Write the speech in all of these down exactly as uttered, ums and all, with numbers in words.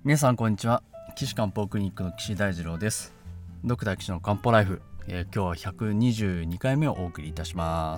皆さんこんにちは。岸漢方クリニックの岸大二郎です。ドクター岸の漢方ライフ、えー、今日はひゃくにじゅうにかいめをお送りいたします。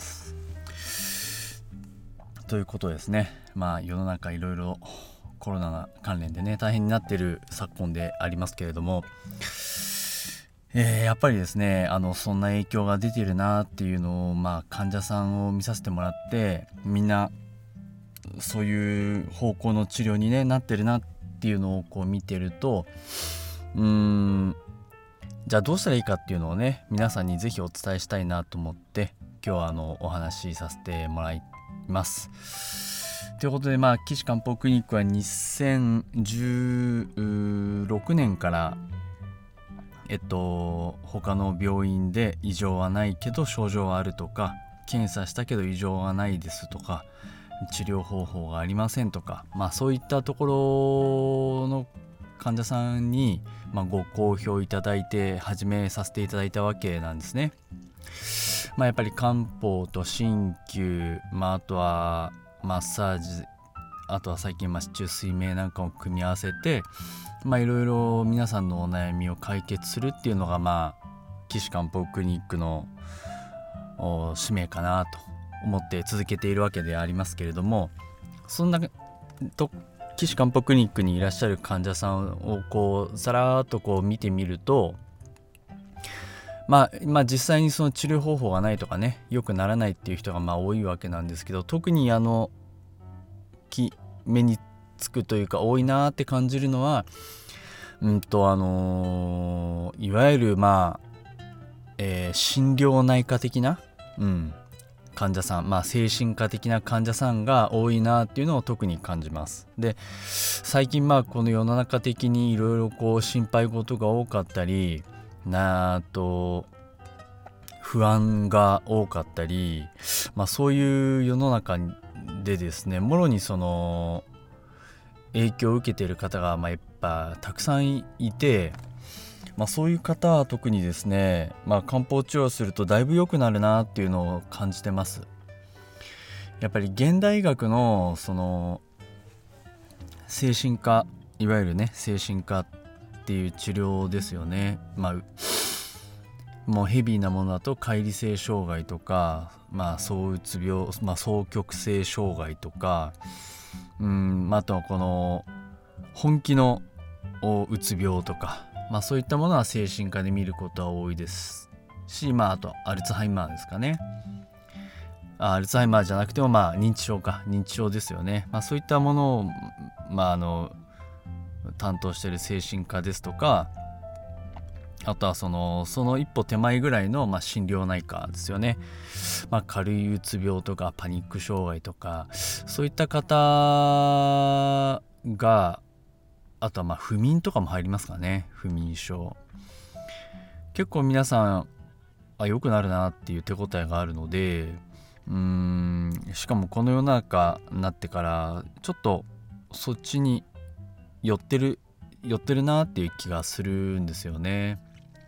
ということですね。まあ世の中いろいろコロナ関連でね大変になっている昨今でありますけれども、えー、やっぱりですねあのそんな影響が出ているなっていうのを、まあ、患者さんを見させてもらってみんなそういう方向の治療に、ね、なってるなっていうのをこう見てると、うーんじゃあどうしたらいいかっていうのをね皆さんにぜひお伝えしたいなと思って今日はあのお話しさせてもらいます。ということで、まあ岸漢方クリニックはにせんじゅうろくねんからえっと他の病院で異常はないけど症状はあるとか、検査したけど異常はないですとか、治療方法がありませんとか、まあそういったところの患者さんに、まあ、ご好評いただいて始めさせていただいたわけなんですね。まあやっぱり漢方と鍼灸、まああとはマッサージ、あとは最近まあ市中水明なんかを組み合わせて、まあいろいろ皆さんのお悩みを解決するっていうのがまあ岸漢方クリニックの使命かなと思って続けているわけでありますけれども、そんなと岸漢方クリニックにいらっしゃる患者さんをこうさらっとこう見てみると、まあ、まあ実際にその治療方法がないとかね良くならないっていう人がまあ多いわけなんですけど、特にあの目につくというか多いなって感じるのは、うんとあのー、いわゆるまあ、えー、心療内科的な、うん、患者さん、まあ精神科的な患者さんが多いなっていうのを特に感じます。で、最近まあこの世の中的にいろいろこう心配事が多かったり、なあと不安が多かったり、まあそういう世の中でですね、もろにその影響を受けている方がまあやっぱたくさんいて、まあ、そういう方は特にですね、まあ、漢方治療するとだいぶ良くなるなっていうのを感じてます。やっぱり現代医学のその精神科、いわゆるね精神科っていう治療ですよね。まあもうヘビーなものだと解離性障害とか、まあ躁うつ病、まあ、双極性障害とか、うん、あとはこの本気のうつ病とか、まあそういったものは精神科で見ることは多いですし、まああとアルツハイマーですかね。あアルツハイマーじゃなくてもまあ認知症か認知症ですよね。まあそういったものをまああの担当している精神科ですとか、あとはそのその一歩手前ぐらいの、まあ、心療内科ですよね。まあ、軽いうつ病とかパニック障害とかそういった方が、あとはまあ不眠とかも入りますかね。不眠症結構皆さんあ良くなるなっていう手応えがあるので、うーんしかもこの世の中になってからちょっとそっちに寄ってる寄ってるなっていう気がするんですよね。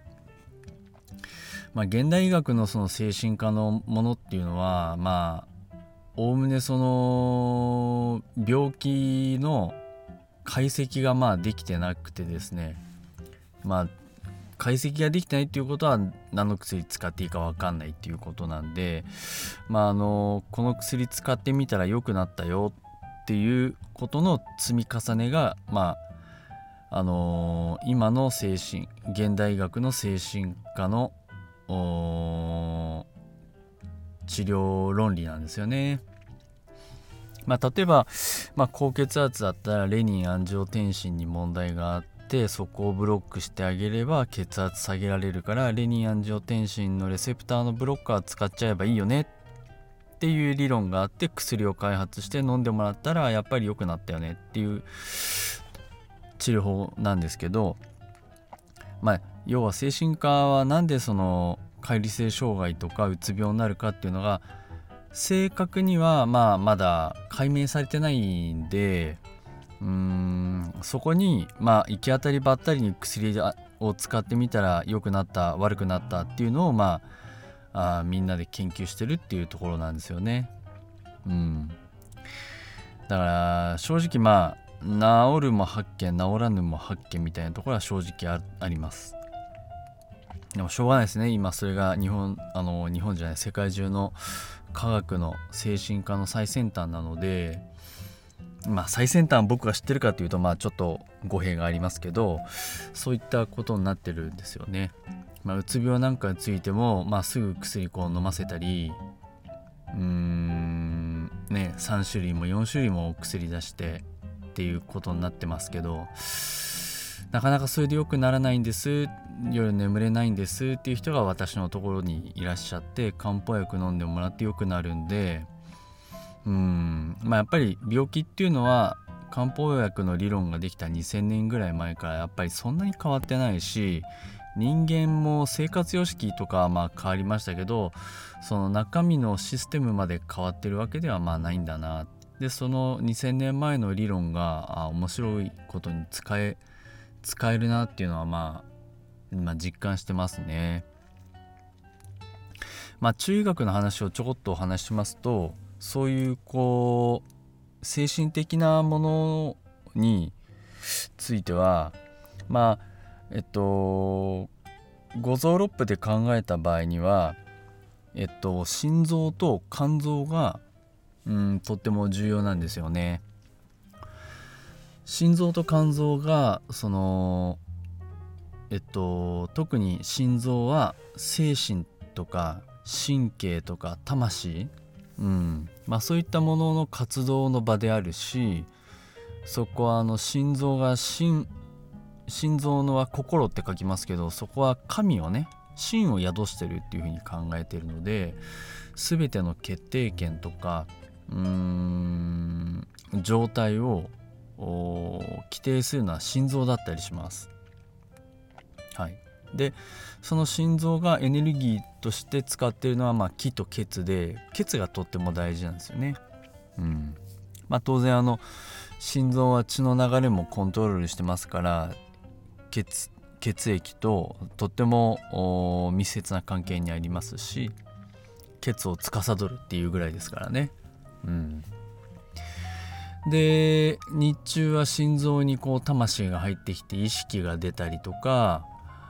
まあ、現代医学のその精神科のものっていうのはまあおおむねその病気の解析がまあできてなくてですね、まあ解析ができてないっていうことは何の薬使っていいか分かんないっていうことなんで、まああのこの薬使ってみたら良くなったよっていうことの積み重ねがまああの今の精神現代医学の精神科の治療論理なんですよね。まあ、例えば、まあ、高血圧だったらレニンアンジオテンシンに問題があってそこをブロックしてあげれば血圧下げられるからレニンアンジオテンシンのレセプターのブロッカー使っちゃえばいいよねっていう理論があって薬を開発して飲んでもらったらやっぱり良くなったよねっていう治療法なんですけど、まあ要は精神科はなんでその解離性障害とかうつ病になるかっていうのが正確にはまあまだ解明されてないんで、うーんそこにまあ行き当たりばったりに薬を使ってみたら良くなった悪くなったっていうのをまあ、あみんなで研究してるっていうところなんですよね。うんだから正直まあ治るも八軒治らぬも八軒みたいなところは正直 あ, あります。でもしょうがないですね。今それが日本あの日本じゃない世界中の科学の精神科の最先端なので、まあ最先端僕が知ってるかというとまあちょっと語弊がありますけど、そういったことになってるんですよね。まあ、うつ病なんかについても、まあ、すぐ薬こう飲ませたりうーんねさん種類もよん種類も薬出してっていうことになってますけど、なかなかそれで良くならないんです、夜眠れないんですっていう人が私のところにいらっしゃって、漢方薬飲んでもらって良くなるんで、うーんまあやっぱり病気っていうのは漢方薬の理論ができたにせんねんぐらい前からやっぱりそんなに変わってないし、人間も生活様式とかはまあ変わりましたけど、その中身のシステムまで変わってるわけではまあないんだな。でそのにせんねんまえの理論があ面白いことに使え使えるなっていうのはまあ、まあ、実感してますね。まあ中医学の話をちょこっとお話ししますと、そういうこう精神的なものについてはまあえっと五臓六腑で考えた場合にはえっと心臓と肝臓がうんとっても重要なんですよね。心臓と肝臓がそのえっと特に心臓は精神とか神経とか魂、うんまあ、そういったものの活動の場であるし、そこはあの心臓が心心臓のは心って書きますけど、そこは神をね神を宿してるっていうふうに考えているので、全ての決定権とかうーん状態を規定するのは心臓だったりします。はい、でその心臓がエネルギーとして使っているのはまあ気と血で、血がとっても大事なんですよね。うんまあ、当然あの心臓は血の流れもコントロールしてますから、血, 血液ととっても密接な関係にありますし、血を司るっていうぐらいですからね。うん、で日中は心臓にこう魂が入ってきて意識が出たりとか、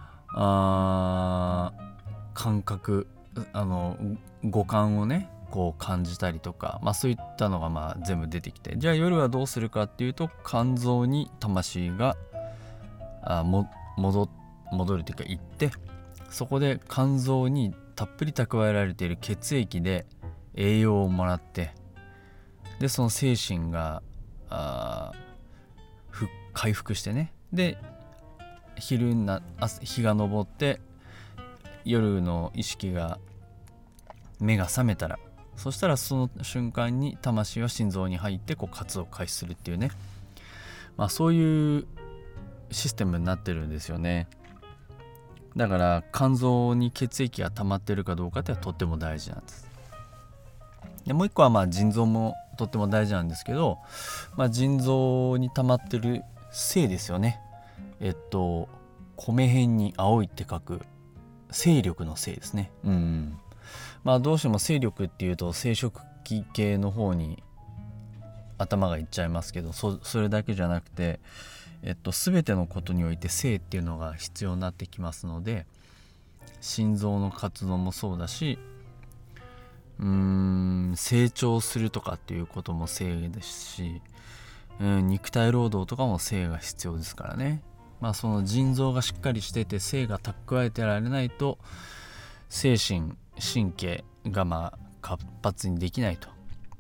あ感覚あの五感をねこう感じたりとか、まあ、そういったのがまあ全部出てきて、じゃあ夜はどうするかっていうと、肝臓に魂があも 戻, 戻るというか行って、そこで肝臓にたっぷり蓄えられている血液で栄養をもらって、でその精神があ回復してね、で昼にな日が昇って夜の意識が目が覚めたら、そしたらその瞬間に魂は心臓に入ってこう活動を開始するっていうね、まあそういうシステムになってるんですよね。だから肝臓に血液が溜まってるかどうかってとっても大事なんです。でもう一個はまあ腎臓もとっても大事なんですけど、まあ、腎臓に溜まってる精ですよね。えっと米辺に青いって書く精力の精ですね。うん、まあどうしても精力っていうと生殖器系の方に頭がいっちゃいますけど、 そ, それだけじゃなくて、えっと、全てのことにおいて精っていうのが必要になってきますので、心臓の活動もそうだし、うーん成長するとかっていうことも精ですし、うん、肉体労働とかも精が必要ですからね。まあその腎臓がしっかりしてて精が蓄えてられないと、精神神経がまあ活発にできないと、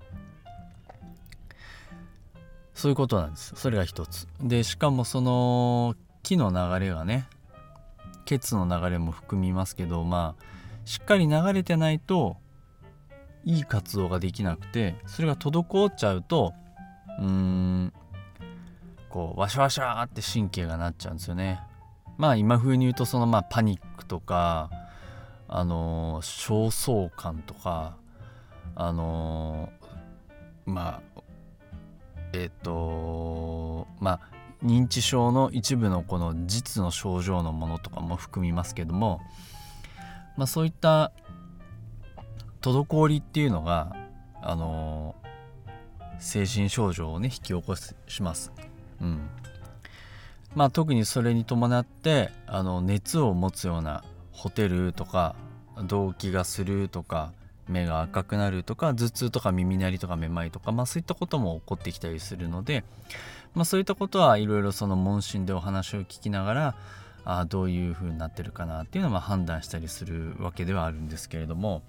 そういうことなんです。それが一つで、しかもその気の流れがね、血の流れも含みますけど、まあしっかり流れてないといい活動ができなくて、それが滞っちゃうとうーんこうワシャワシャって神経がなっちゃうんですよね。まあ今風に言うとそのまあパニックとか、あの焦燥感とか、あのまあえっとまあ認知症の一部のこの実の症状のものとかも含みますけども、まあそういった滞りっていうのがあの精神症状をね引き起こします。 うんまあ、特にそれに伴ってあの熱を持つようなホテルとか動悸がするとか目が赤くなるとか頭痛とか耳鳴りとかめまいとか、まあ、そういったことも起こってきたりするので、まあ、そういったことはいろいろその問診でお話を聞きながらあどういう風になってるかなっていうのを判断したりするわけではあるんですけれども、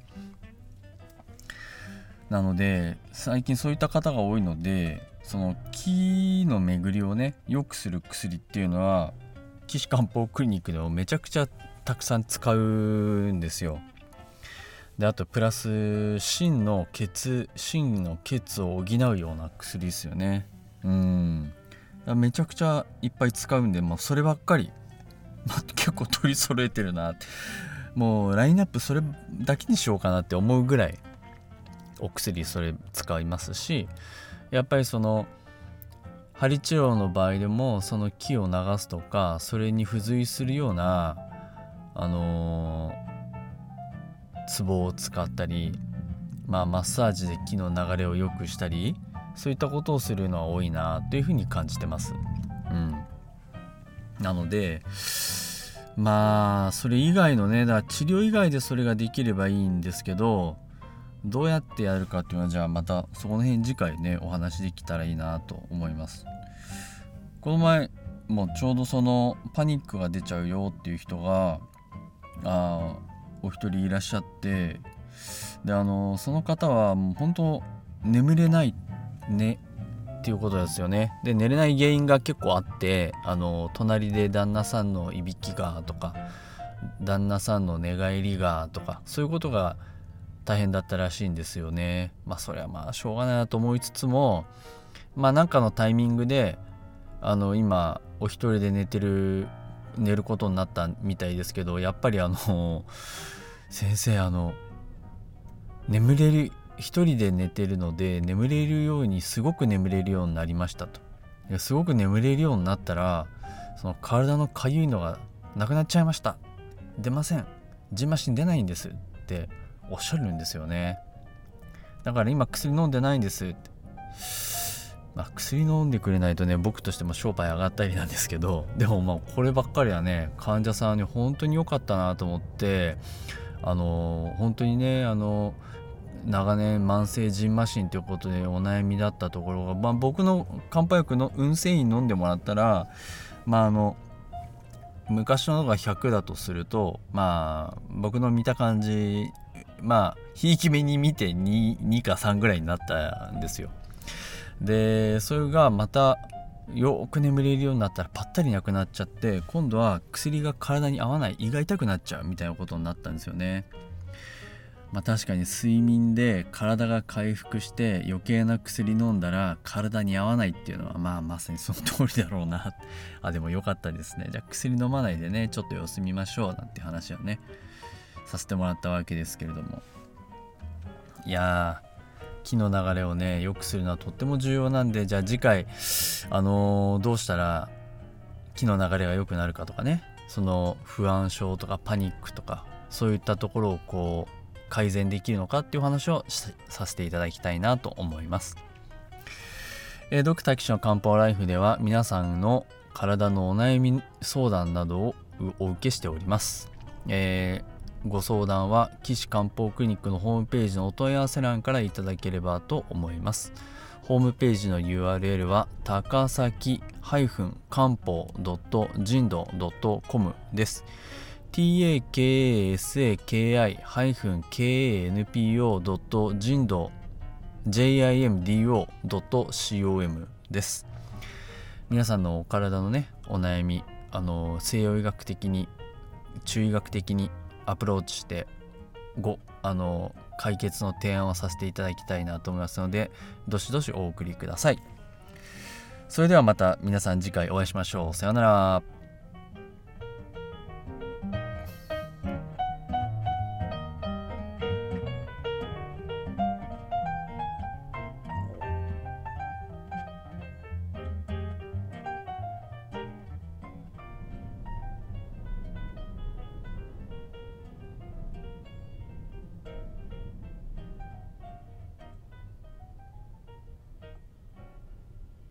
なので最近そういった方が多いので、その気の巡りをね良くする薬っていうのは岸漢方クリニックでもめちゃくちゃたくさん使うんですよ。であとプラス心の血心の血を補うような薬ですよね。うんめちゃくちゃいっぱい使うんで、もうそればっかり、まあ、結構取り揃えてるなって、もうラインナップそれだけにしようかなって思うぐらいお薬それ使いますし、やっぱりその針治療の場合でもその気を流すとかそれに付随するようなあのーツボを使ったり、まあ、マッサージで気の流れを良くしたり、そういったことをするのは多いなというふうに感じてます。うん、なのでまあそれ以外のね、だから治療以外でそれができればいいんですけど、どうやってやるかっていうのはじゃあまたそこの辺次回ねお話できたらいいなと思います。この前もうちょうどそのパニックが出ちゃうよっていう人があお一人いらっしゃって、であのその方はもう本当眠れないねっていうことですよね。で寝れない原因が結構あって、あの隣で旦那さんのいびきがとか旦那さんの寝返りがとかそういうことが大変だったらしいんですよね。まあそれはまあしょうがないなと思いつつも、まあなんかのタイミングであの今お一人で寝てる寝ることになったみたいですけど、やっぱりあの先生あの眠れる一人で寝てるので眠れるようにすごく眠れるようになりましたと。いやすごく眠れるようになったらその体のかゆいのがなくなっちゃいました、出ません、じんましん出ないんですっておっしゃるんですよね。だから今薬飲んでないんですって、まあ、薬飲んでくれないとね僕としても商売上がったりなんですけど、でもまあこればっかりはね患者さんに本当に良かったなと思って、あの本当にねあの長年慢性じんましんということでお悩みだったところが、まあ、僕の漢方薬の運勢飲んでもらったら、まああの昔のがひゃくだとすると、まあ僕の見た感じまあひいき目に見て 2, にかさんぐらいになったんですよ。でそれがまたよく眠れるようになったらパッタリなくなっちゃって、今度は薬が体に合わない、胃が痛くなっちゃうみたいなことになったんですよね。まあ確かに睡眠で体が回復して余計な薬飲んだら体に合わないっていうのはまあまさにその通りだろうなあでもよかったですね。じゃあ薬飲まないでねちょっと様子見ましょうなんて話をねさせてもらったわけですけれども、いやー気の流れをね良くするのはとっても重要なんで、じゃあ次回あのー、どうしたら気の流れが良くなるかとかね、その不安症とかパニックとかそういったところをこう改善できるのかっていう話をさせていただきたいなと思います。えー、ドクター岸の漢方ライフでは皆さんの体のお悩み相談などをお受けしております。えーご相談は岸漢方クリニックのホームページのお問い合わせ欄からいただければと思います。ホームページの ユーアールエル は高崎漢方人道 .com です。タカサキ 人道 ジンド です。皆さんのお体のねお悩み、あの西洋医学的に中医学的にアプローチしてごあの解決の提案をさせていただきたいなと思いますので、どしどしお送りください。それではまた皆さん次回お会いしましょう。さようなら。